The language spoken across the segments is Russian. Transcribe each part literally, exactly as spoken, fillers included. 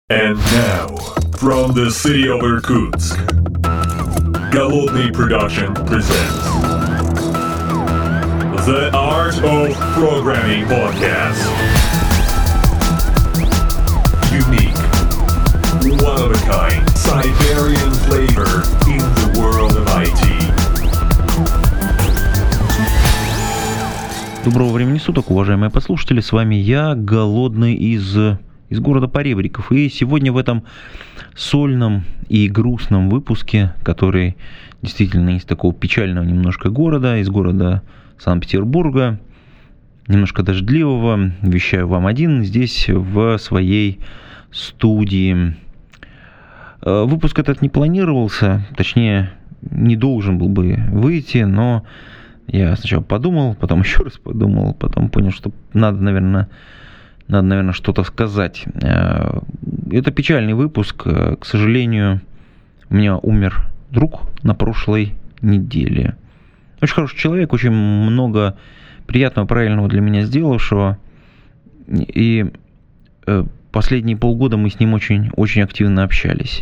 And now, from the city of Irkutsk, Голодный Production presents The Art of Programming Podcast. Unique, one of a kind, Siberian flavor in the world of ай ти. Доброго времени суток, уважаемые послушатели, с вами я, Голодный из... из города Поребриков. И сегодня в этом сольном и грустном выпуске, который действительно из такого печального немножко города, из города Санкт-Петербурга, немножко дождливого, вещаю вам один здесь в своей студии. Выпуск этот не планировался, точнее, не должен был бы выйти, но я сначала подумал, потом еще раз подумал, потом понял, что надо, наверное, Надо, наверное, что-то сказать. Это печальный выпуск. К сожалению, у меня умер друг на прошлой неделе. Очень хороший человек, очень много приятного, правильного для меня сделавшего. И последние полгода мы с ним очень, очень активно общались.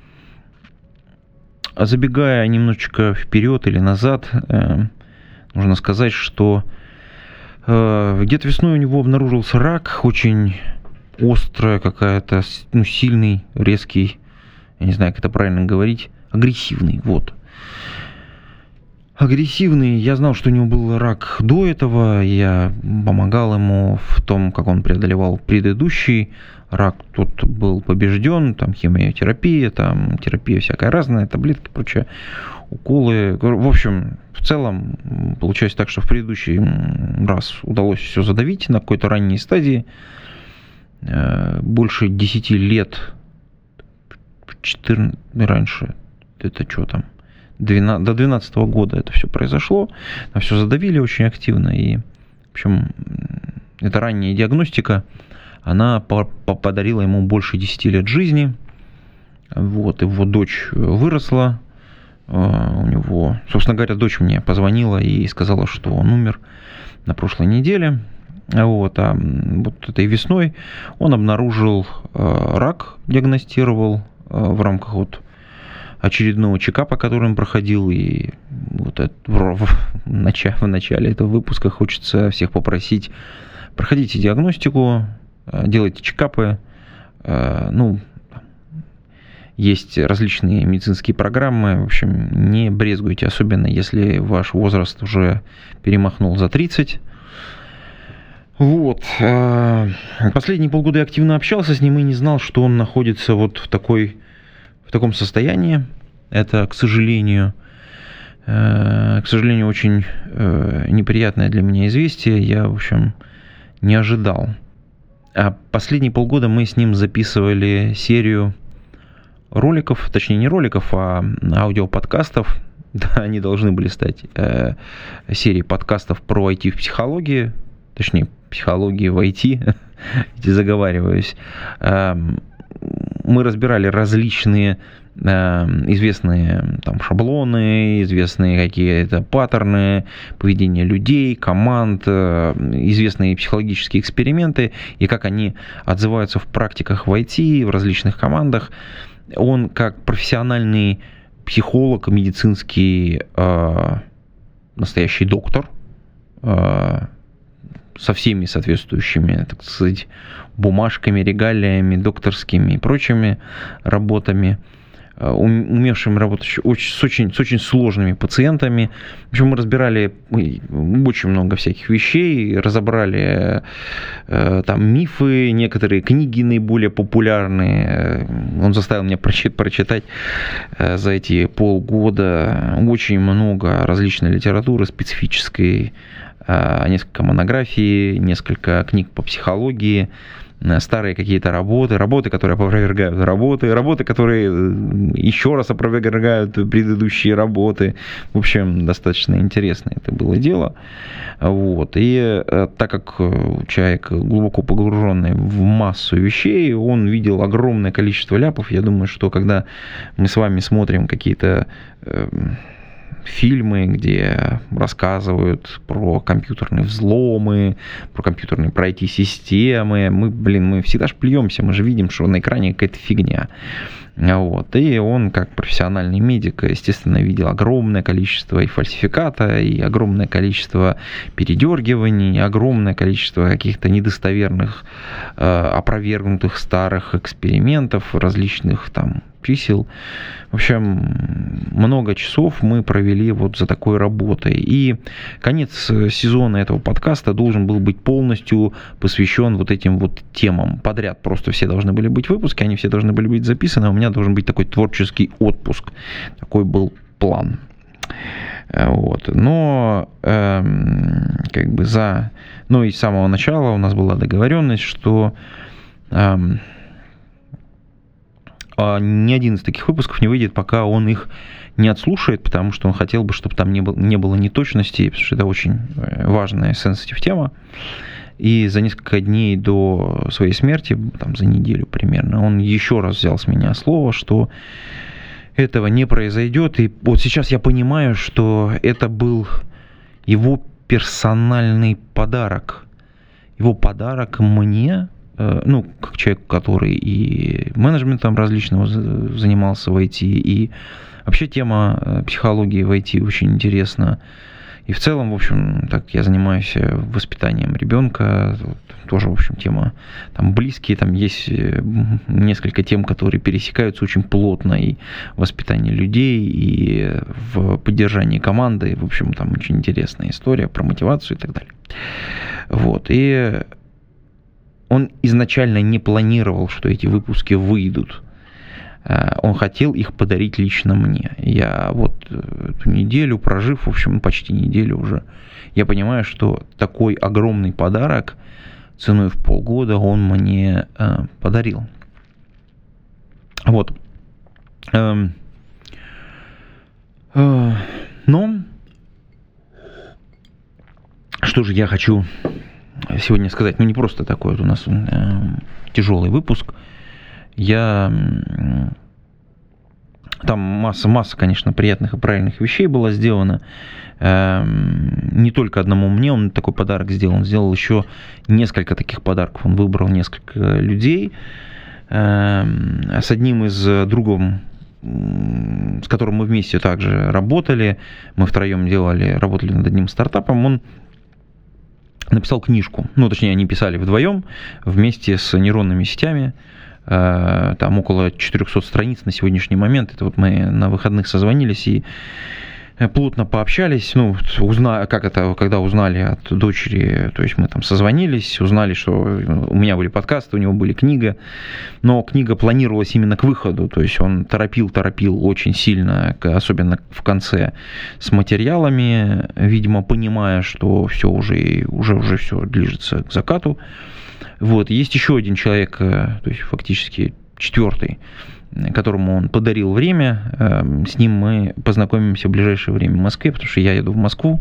А забегая немножечко вперед или назад, нужно сказать, что где-то весной у него обнаружился рак, очень острая какая-то, ну, сильный, резкий, я не знаю, как это правильно говорить, агрессивный, вот. Агрессивный, я знал, что у него был рак до этого, я помогал ему в том, как он преодолевал предыдущий рак, тот был побежден, там химиотерапия, там терапия всякая разная, таблетки, прочее, уколы, в общем... В целом, получается так, что в предыдущий раз удалось все задавить на какой-то ранней стадии. Больше десяти лет, четырнадцать, раньше, это что там, двенадцать, до двенадцатого года это все произошло. Все задавили очень активно. И, в общем, эта ранняя диагностика, она подарила ему больше десяти лет жизни. Вот, его дочь выросла. У него, собственно говоря, дочь мне позвонила и сказала, что он умер на прошлой неделе. Вот, а вот этой весной он обнаружил рак, диагностировал в рамках вот очередного чекапа, который он проходил. И вот это, в, начале, в начале этого выпуска хочется всех попросить: проходите диагностику, делайте чекапы, ну, есть различные медицинские программы, в общем, не брезгуйте, особенно если ваш возраст уже перемахнул за тридцать. Вот. Последние полгода я активно общался с ним и не знал, что он находится вот в такой, в таком состоянии. Это, к сожалению, к сожалению, очень неприятное для меня известие. Я, в общем, не ожидал. А последние полгода мы с ним записывали серию роликов, точнее не роликов, а аудиоподкастов. Да, они должны были стать э, серией подкастов про ай ти в психологии, точнее психологии в ай ти, заговариваюсь. Э, мы разбирали различные э, известные там шаблоны, известные какие-то паттерны поведения людей, команд, э, известные психологические эксперименты и как они отзываются в практиках в ай ти, в различных командах. Он как профессиональный психолог, медицинский э, настоящий доктор э, со всеми соответствующими, так сказать, бумажками, регалиями, докторскими и прочими работами, э, умевшим работать очень, с, очень, с очень сложными пациентами. В общем, мы разбирали очень много всяких вещей, разобрали э, там мифы, некоторые книги наиболее популярные. Он заставил меня прочитать э, за эти полгода очень много различной литературы специфической, э, несколько монографий, несколько книг по психологии, старые какие-то работы, работы, которые опровергают работы, работы, которые еще раз опровергают предыдущие работы. В общем, достаточно интересное это было дело. Вот. И так как человек глубоко погруженный в массу вещей, он видел огромное количество ляпов. Я думаю, что когда мы с вами смотрим какие-то фильмы, где рассказывают про компьютерные взломы, про компьютерные про ай ти-системы. Мы, блин, мы всегда ж плюемся, мы же видим, что на экране какая-то фигня. Вот. И он, как профессиональный медик, естественно, видел огромное количество и фальсификата, и огромное количество передергиваний, и огромное количество каких-то недостоверных, э, опровергнутых старых экспериментов, различных там чисел. В общем, много часов мы провели вот за такой работой. И конец сезона этого подкаста должен был быть полностью посвящен вот этим вот темам. Подряд просто все должны были быть выпуски, они все должны были быть записаны, а у меня должен быть такой творческий отпуск. Такой был план. Вот. Но эм, как бы за... Ну и с самого начала у нас была договоренность, что... Эм, ни один из таких выпусков не выйдет, пока он их не отслушает, потому что он хотел бы, чтобы там не было, не было неточностей, потому что это очень важная сенситив тема. И за несколько дней до своей смерти, там за неделю примерно, он еще раз взял с меня слово, что этого не произойдет. И вот сейчас я понимаю, что это был его персональный подарок. Его подарок мне, ну, как человек, который и менеджментом различного занимался в ай ти, и вообще тема психологии в ай ти очень интересна. И в целом, в общем, так я занимаюсь воспитанием ребенка, тоже, в общем, тема там близкие, там есть несколько тем, которые пересекаются очень плотно, и воспитание людей, и в поддержании команды, в общем, там очень интересная история про мотивацию и так далее. Вот, и он изначально не планировал, что эти выпуски выйдут. Он хотел их подарить лично мне. Я вот эту неделю прожив, в общем, почти неделю уже, я понимаю, что такой огромный подарок ценой в полгода он мне э, подарил. Вот. Э, э, но что же я хочу сегодня сказать? Ну, не просто такой вот у нас э, тяжелый выпуск. Я... Там масса, масса, конечно, приятных и правильных вещей была сделана. Не только одному мне он такой подарок сделал. Он сделал еще несколько таких подарков. Он выбрал несколько людей. С одним из другом, с которым мы вместе также работали, мы втроем делали, работали над одним стартапом, он написал книжку. Ну, точнее, они писали вдвоем вместе с нейронными сетями. Там около четырехсот страниц на сегодняшний момент. Это вот мы на выходных созвонились и плотно пообщались. Ну, узна... как это, когда узнали от дочери, то есть мы там созвонились, узнали, что у меня были подкасты, у него были книга, но книга планировалась именно к выходу, то есть он торопил, торопил очень сильно, особенно в конце с материалами, видимо, понимая, что все уже, уже, уже все движется к закату. Вот. Есть еще один человек, то есть фактически четвертый, которому он подарил время. С ним мы познакомимся в ближайшее время в Москве, потому что я еду в Москву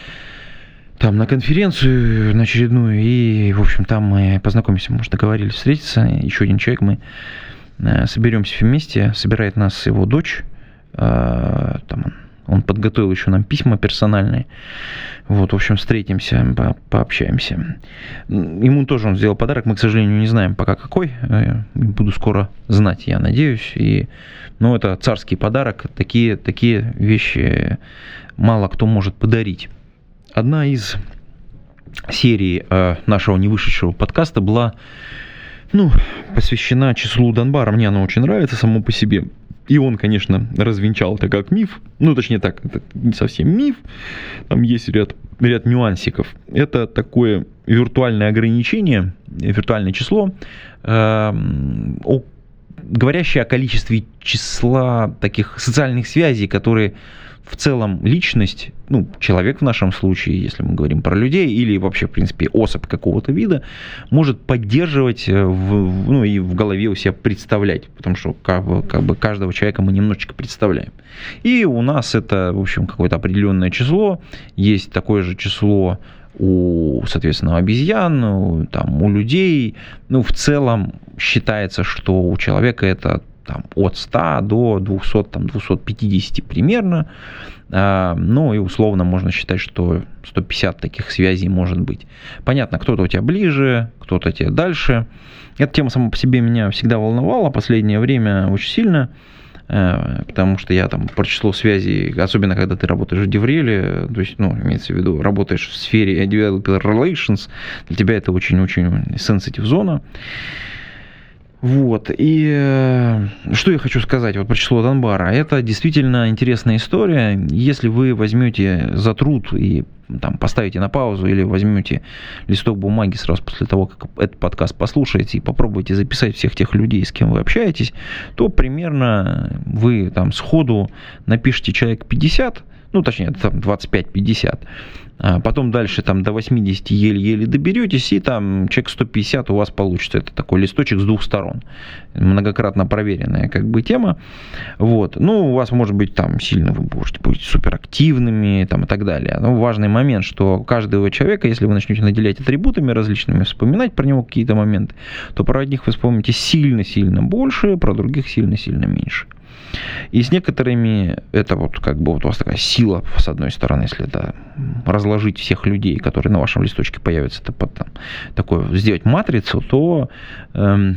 там на конференцию, на очередную, и, в общем, там мы познакомимся, может, договорились встретиться. Еще один человек, мы соберемся вместе, собирает нас его дочь, там он. Он подготовил еще нам письма персональные. Вот, в общем, встретимся, по- пообщаемся. Ему тоже он сделал подарок. Мы, к сожалению, не знаем пока какой. Буду скоро знать, я надеюсь. И, ну, это царский подарок. Такие, такие вещи мало кто может подарить. Одна из серий нашего невышедшего подкаста была, ну, посвящена числу Данбара. Мне она очень нравится само по себе. И он, конечно, развенчал это как миф. Ну, точнее так, это не совсем миф. Там есть ряд, ряд нюансиков. Это такое виртуальное ограничение, виртуальное число, э, о, говорящее о количестве числа таких социальных связей, которые в целом личность, ну, человек в нашем случае, если мы говорим про людей, или вообще, в принципе, особь какого-то вида, может поддерживать в, ну, и в голове у себя представлять, потому что как бы, как бы каждого человека мы немножечко представляем. И у нас это, в общем, какое-то определенное число, есть такое же число у, соответственно, обезьян, у, там, у людей. Ну, в целом считается, что у человека это там, от ста до двухсот, там, двухсот пятидесяти примерно. Ну и условно можно считать, что сто пятьдесят таких связей может быть. Понятно, кто-то у тебя ближе, кто-то тебе дальше. Эта тема сама по себе меня всегда волновала последнее время очень сильно, потому что я там про число связей, особенно когда ты работаешь в Девреле, то есть, ну, имеется в виду, работаешь в сфере developer relations, для тебя это очень-очень sensitive зона. Вот, и э, что я хочу сказать вот про число Донбара. Это действительно интересная история. Если вы возьмете за труд и там, поставите на паузу или возьмете листок бумаги сразу после того, как этот подкаст послушаете, и попробуйте записать всех тех людей, с кем вы общаетесь, то примерно вы там сходу напишите человек пятьдесят, ну, точнее, там двадцать пять пятьдесят, а потом дальше там до восьмидесяти еле-еле доберетесь, и там человек сто пятьдесят у вас получится. Это такой листочек с двух сторон. Многократно проверенная как бы тема. Вот. Ну, у вас может быть там сильно, вы можете быть суперактивными там, и так далее. Но важный момент, что каждого человека, если вы начнете наделять атрибутами различными, вспоминать про него какие-то моменты, то про одних вы вспомните сильно-сильно больше, про других сильно-сильно меньше. И с некоторыми это вот как бы вот у вас такая сила, с одной стороны, если это разложить всех людей, которые на вашем листочке появятся, это под, там, такое, сделать матрицу, то эм,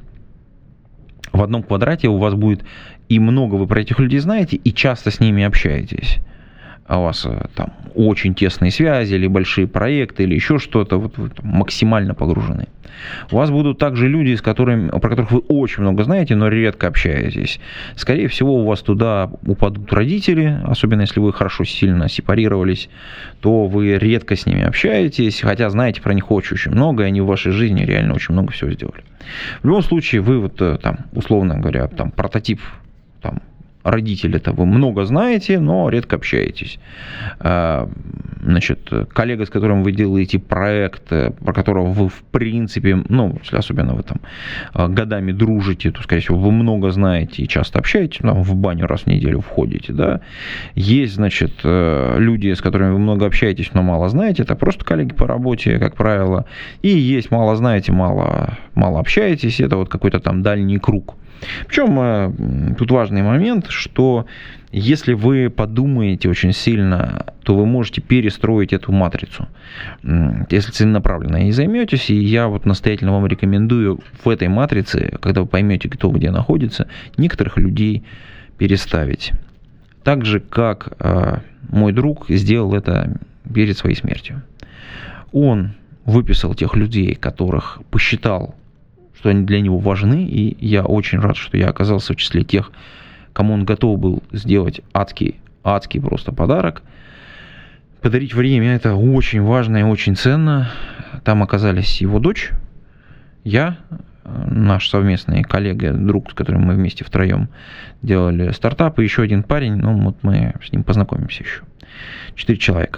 в одном квадрате у вас будет и много вы про этих людей знаете, и часто с ними общаетесь. А у вас там очень тесные связи, или большие проекты, или еще что-то, вот вы там максимально погружены. У вас будут также люди, с которыми, про которых вы очень много знаете, но редко общаетесь. Скорее всего, у вас туда упадут родители, особенно если вы хорошо, сильно сепарировались, то вы редко с ними общаетесь, хотя знаете про них очень-очень много, и они в вашей жизни реально очень много всего сделали. В любом случае, вы вот там, условно говоря, там прототип там, родителя-то вы много знаете, но редко общаетесь. Значит, коллега, с которым вы делаете проект, про которого вы в принципе, ну, если особенно вы там годами дружите, то, скорее всего, вы много знаете и часто общаетесь, там, в баню раз в неделю входите, да. Есть, значит, люди, с которыми вы много общаетесь, но мало знаете, это просто коллеги по работе, как правило. И есть мало знаете, мало, мало общаетесь, это вот какой-то там дальний круг. Причем тут важный момент, что если вы подумаете очень сильно, то вы можете перестроить эту матрицу, если целенаправленно ей займетесь. И я вот настоятельно вам рекомендую в этой матрице, когда вы поймете, кто где находится, некоторых людей переставить. Так же, как мой друг сделал это перед своей смертью. Он выписал тех людей, которых посчитал, что они для него важны, и я очень рад, что я оказался в числе тех, кому он готов был сделать адский, адский просто подарок. Подарить время – это очень важно и очень ценно. Там оказались его дочь, я, наш совместный коллега, друг, с которым мы вместе втроем делали стартап, и еще один парень, ну вот мы с ним познакомимся еще. Четыре человека.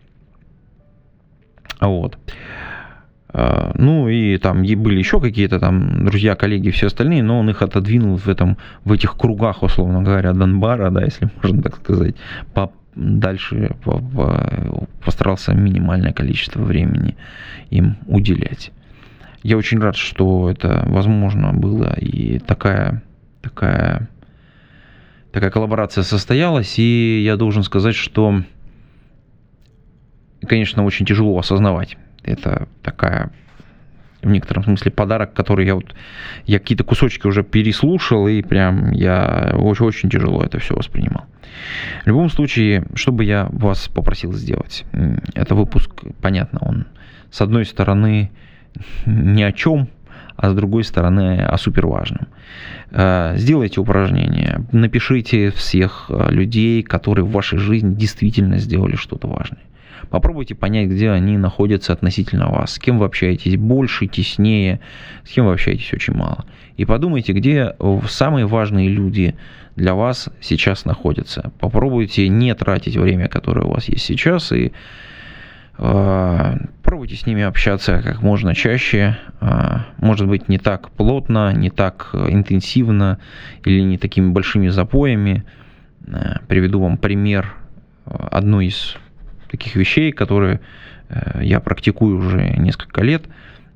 Вот. Ну и там были еще какие-то там друзья, коллеги, все остальные, но он их отодвинул в, этом, в этих кругах, условно говоря, Донбара, да, если можно так сказать, по, дальше по, по, постарался минимальное количество времени им уделять. Я очень рад, что это возможно было, и такая, такая, такая коллаборация состоялась, и я должен сказать, что, конечно, очень тяжело осознавать. Это такая, в некотором смысле, подарок, который я вот, я какие-то кусочки уже переслушал, и прям я очень, очень тяжело это все воспринимал. В любом случае, что бы я вас попросил сделать? Это выпуск, понятно, он с одной стороны ни о чем, а с другой стороны о суперважном. Сделайте упражнение, напишите всех людей, которые в вашей жизни действительно сделали что-то важное. Попробуйте понять, где они находятся относительно вас, с кем вы общаетесь больше, теснее, с кем вы общаетесь очень мало. И подумайте, где самые важные люди для вас сейчас находятся. Попробуйте не тратить время, которое у вас есть сейчас, и э, пробуйте с ними общаться как можно чаще. Э, может быть, не так плотно, не так интенсивно или не такими большими запоями. Э, приведу вам пример одной из таких вещей, которые я практикую уже несколько лет.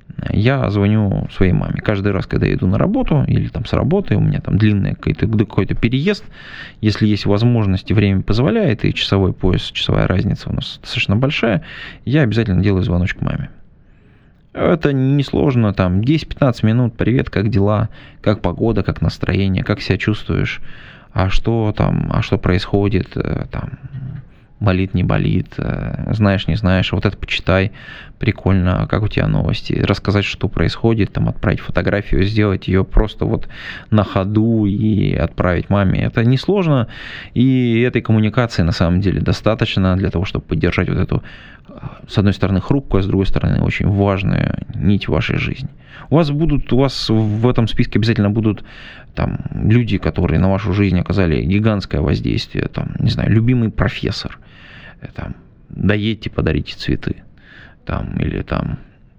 я звоню своей маме. Каждый раз, когда я иду на работу или там с работы, у меня там длинный какой-то, какой-то переезд, если есть возможность и время позволяет, и часовой пояс, часовая разница у нас достаточно большая, я обязательно делаю звоночек маме. Это несложно, там десять-пятнадцать минут, привет, как дела, как погода, как настроение, как себя чувствуешь, а что там, а что происходит, там, болит, не болит, знаешь, не знаешь, вот это почитай, прикольно, как у тебя новости, рассказать, что происходит, там, отправить фотографию, сделать ее просто вот на ходу и отправить маме. Это несложно, и этой коммуникации на самом деле достаточно для того, чтобы поддержать вот эту, с одной стороны, хрупкую, а с другой стороны, очень важную нить вашей жизни. У вас будут, у вас в этом списке обязательно будут там люди, которые на вашу жизнь оказали гигантское воздействие, там, не знаю, любимый профессор, там, доедьте, подарите цветы, там, или там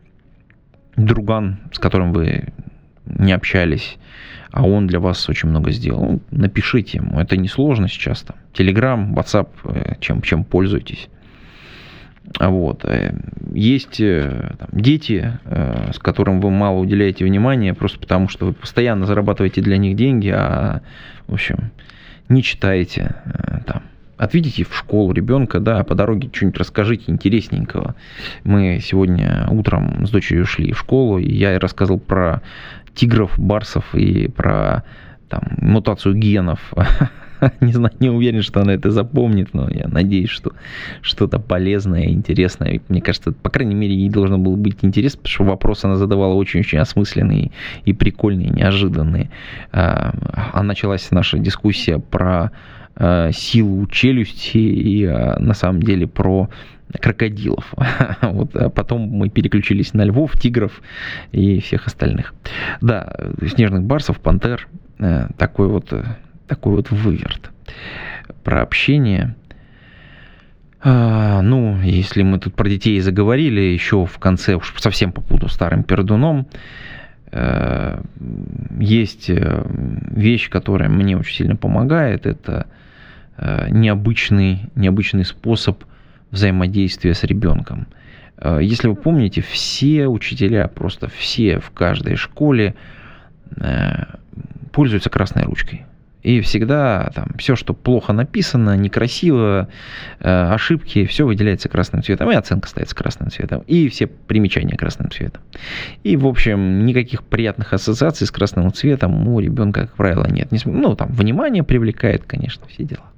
друган, с которым вы не общались, а он для вас очень много сделал. Ну, напишите ему, это несложно сейчас, там, Telegram, WhatsApp, чем, чем пользуетесь. Вот. Есть там дети, с которым вы мало уделяете внимания, просто потому что вы постоянно зарабатываете для них деньги, а, в общем, не читаете. Там, отведите в школу ребенка, да, по дороге что-нибудь расскажите интересненького. Мы сегодня утром с дочерью шли в школу, и я ей рассказывал про тигров, барсов и про там, мутацию генов. Не знаю, не уверен, что она это запомнит, но я надеюсь, что что-то полезное, интересное. Мне кажется, по крайней мере, ей должно было быть интересно, потому что вопрос она задавала очень-очень осмысленные и прикольные, неожиданные. А началась наша дискуссия про силу челюсти и на самом деле про крокодилов. Вот, а потом мы переключились на львов, тигров и всех остальных. Да, снежных барсов, пантер, такой вот... Такой вот выверт про общение. А, ну, если мы тут про детей заговорили, еще в конце, уж совсем попутал старым пердуном, э, есть вещь, которая мне очень сильно помогает. Это э, необычный, необычный способ взаимодействия с ребенком. Э, если вы помните, все учителя, просто все в каждой школе э, пользуются красной ручкой. И всегда там все, что плохо написано, некрасиво, э, ошибки, все выделяется красным цветом, и оценка ставится красным цветом, и все примечания красным цветом. И, в общем, никаких приятных ассоциаций с красным цветом у ребенка, как правило, нет. Ну, там, внимание привлекает, конечно, все дела.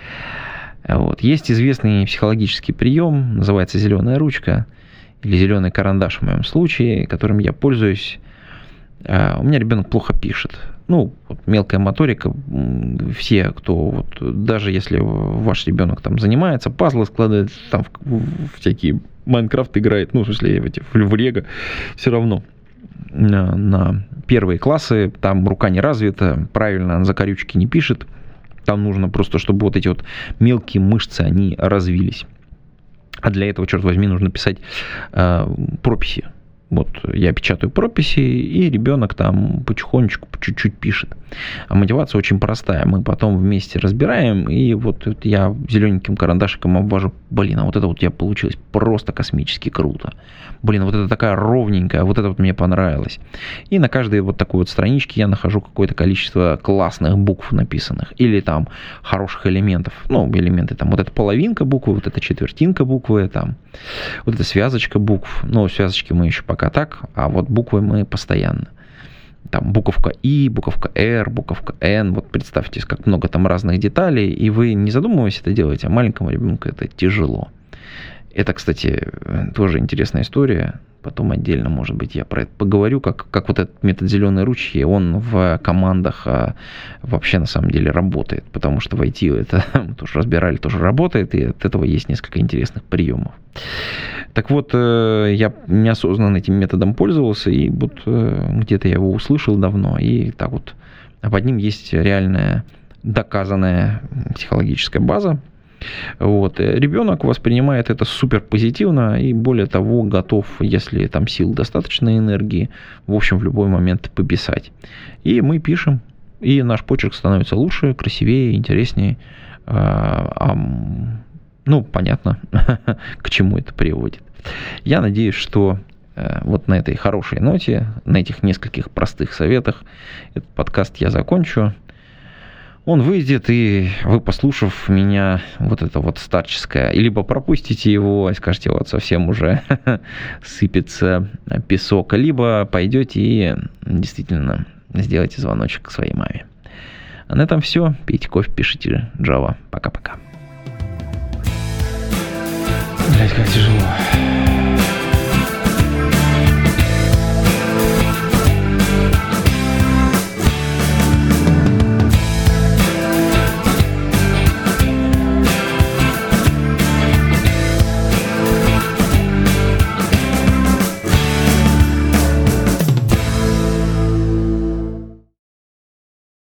Вот. Есть известный психологический прием, называется зеленая ручка, или зеленый карандаш в моем случае, которым я пользуюсь. У меня ребенок плохо пишет. Ну, вот мелкая моторика, все, кто, вот, даже если ваш ребенок там занимается, пазлы складывает, там в, в всякие Майнкрафт играет, ну, в смысле, в, эти, в Лего, все равно на, на первые классы там рука не развита, правильно закорючки не пишет, там нужно просто, чтобы вот эти вот мелкие мышцы, они развились. А для этого, черт возьми, нужно писать э, прописи. Вот я печатаю прописи, и ребенок там потихонечку, по чуть-чуть пишет. А мотивация очень простая. Мы потом вместе разбираем, и вот я зелененьким карандашиком обвожу. Блин, а вот это вот у тебя получилось просто космически круто. Блин, вот это такая ровненькая, вот это вот мне понравилось. И на каждой вот такой вот страничке я нахожу какое-то количество классных букв написанных. Или там хороших элементов. Ну, элементы там, вот это половинка буквы, вот это четвертинка буквы, там, вот это связочка букв. Ну, связочки мы еще пока так, а вот буквы мы постоянно. Там буковка И, буковка Р, буковка Н. Вот представьте, как много там разных деталей, и вы не задумываясь это делаете, а маленькому ребенку это тяжело. Это, кстати, тоже интересная история. Потом отдельно, может быть, я про это поговорю, как, как вот этот метод зеленой ручки, он в командах а, вообще на самом деле работает. Потому что в ай ти это, мы тоже разбирали, тоже работает, и от этого есть несколько интересных приемов. Так вот, я неосознанно этим методом пользовался, и вот где-то я его услышал давно, и так вот под ним есть реальная доказанная психологическая база. Вот. Ребенок воспринимает это супер позитивно и, более того, готов, если там сил достаточно, энергии, в общем, в любой момент пописать. И мы пишем, и наш почерк становится лучше, красивее, интереснее. Ну, понятно, к чему это приводит. Я надеюсь, что вот на этой хорошей ноте, на этих нескольких простых советах, этот подкаст я закончу. Он выйдет, и вы, послушав меня, вот это вот старческое, либо пропустите его и скажете, вот совсем уже сыпется песок, либо пойдете и действительно сделайте звоночек к своей маме. А на этом все. Пейте кофе, пишите Java. Пока-пока. Блять, как тяжело.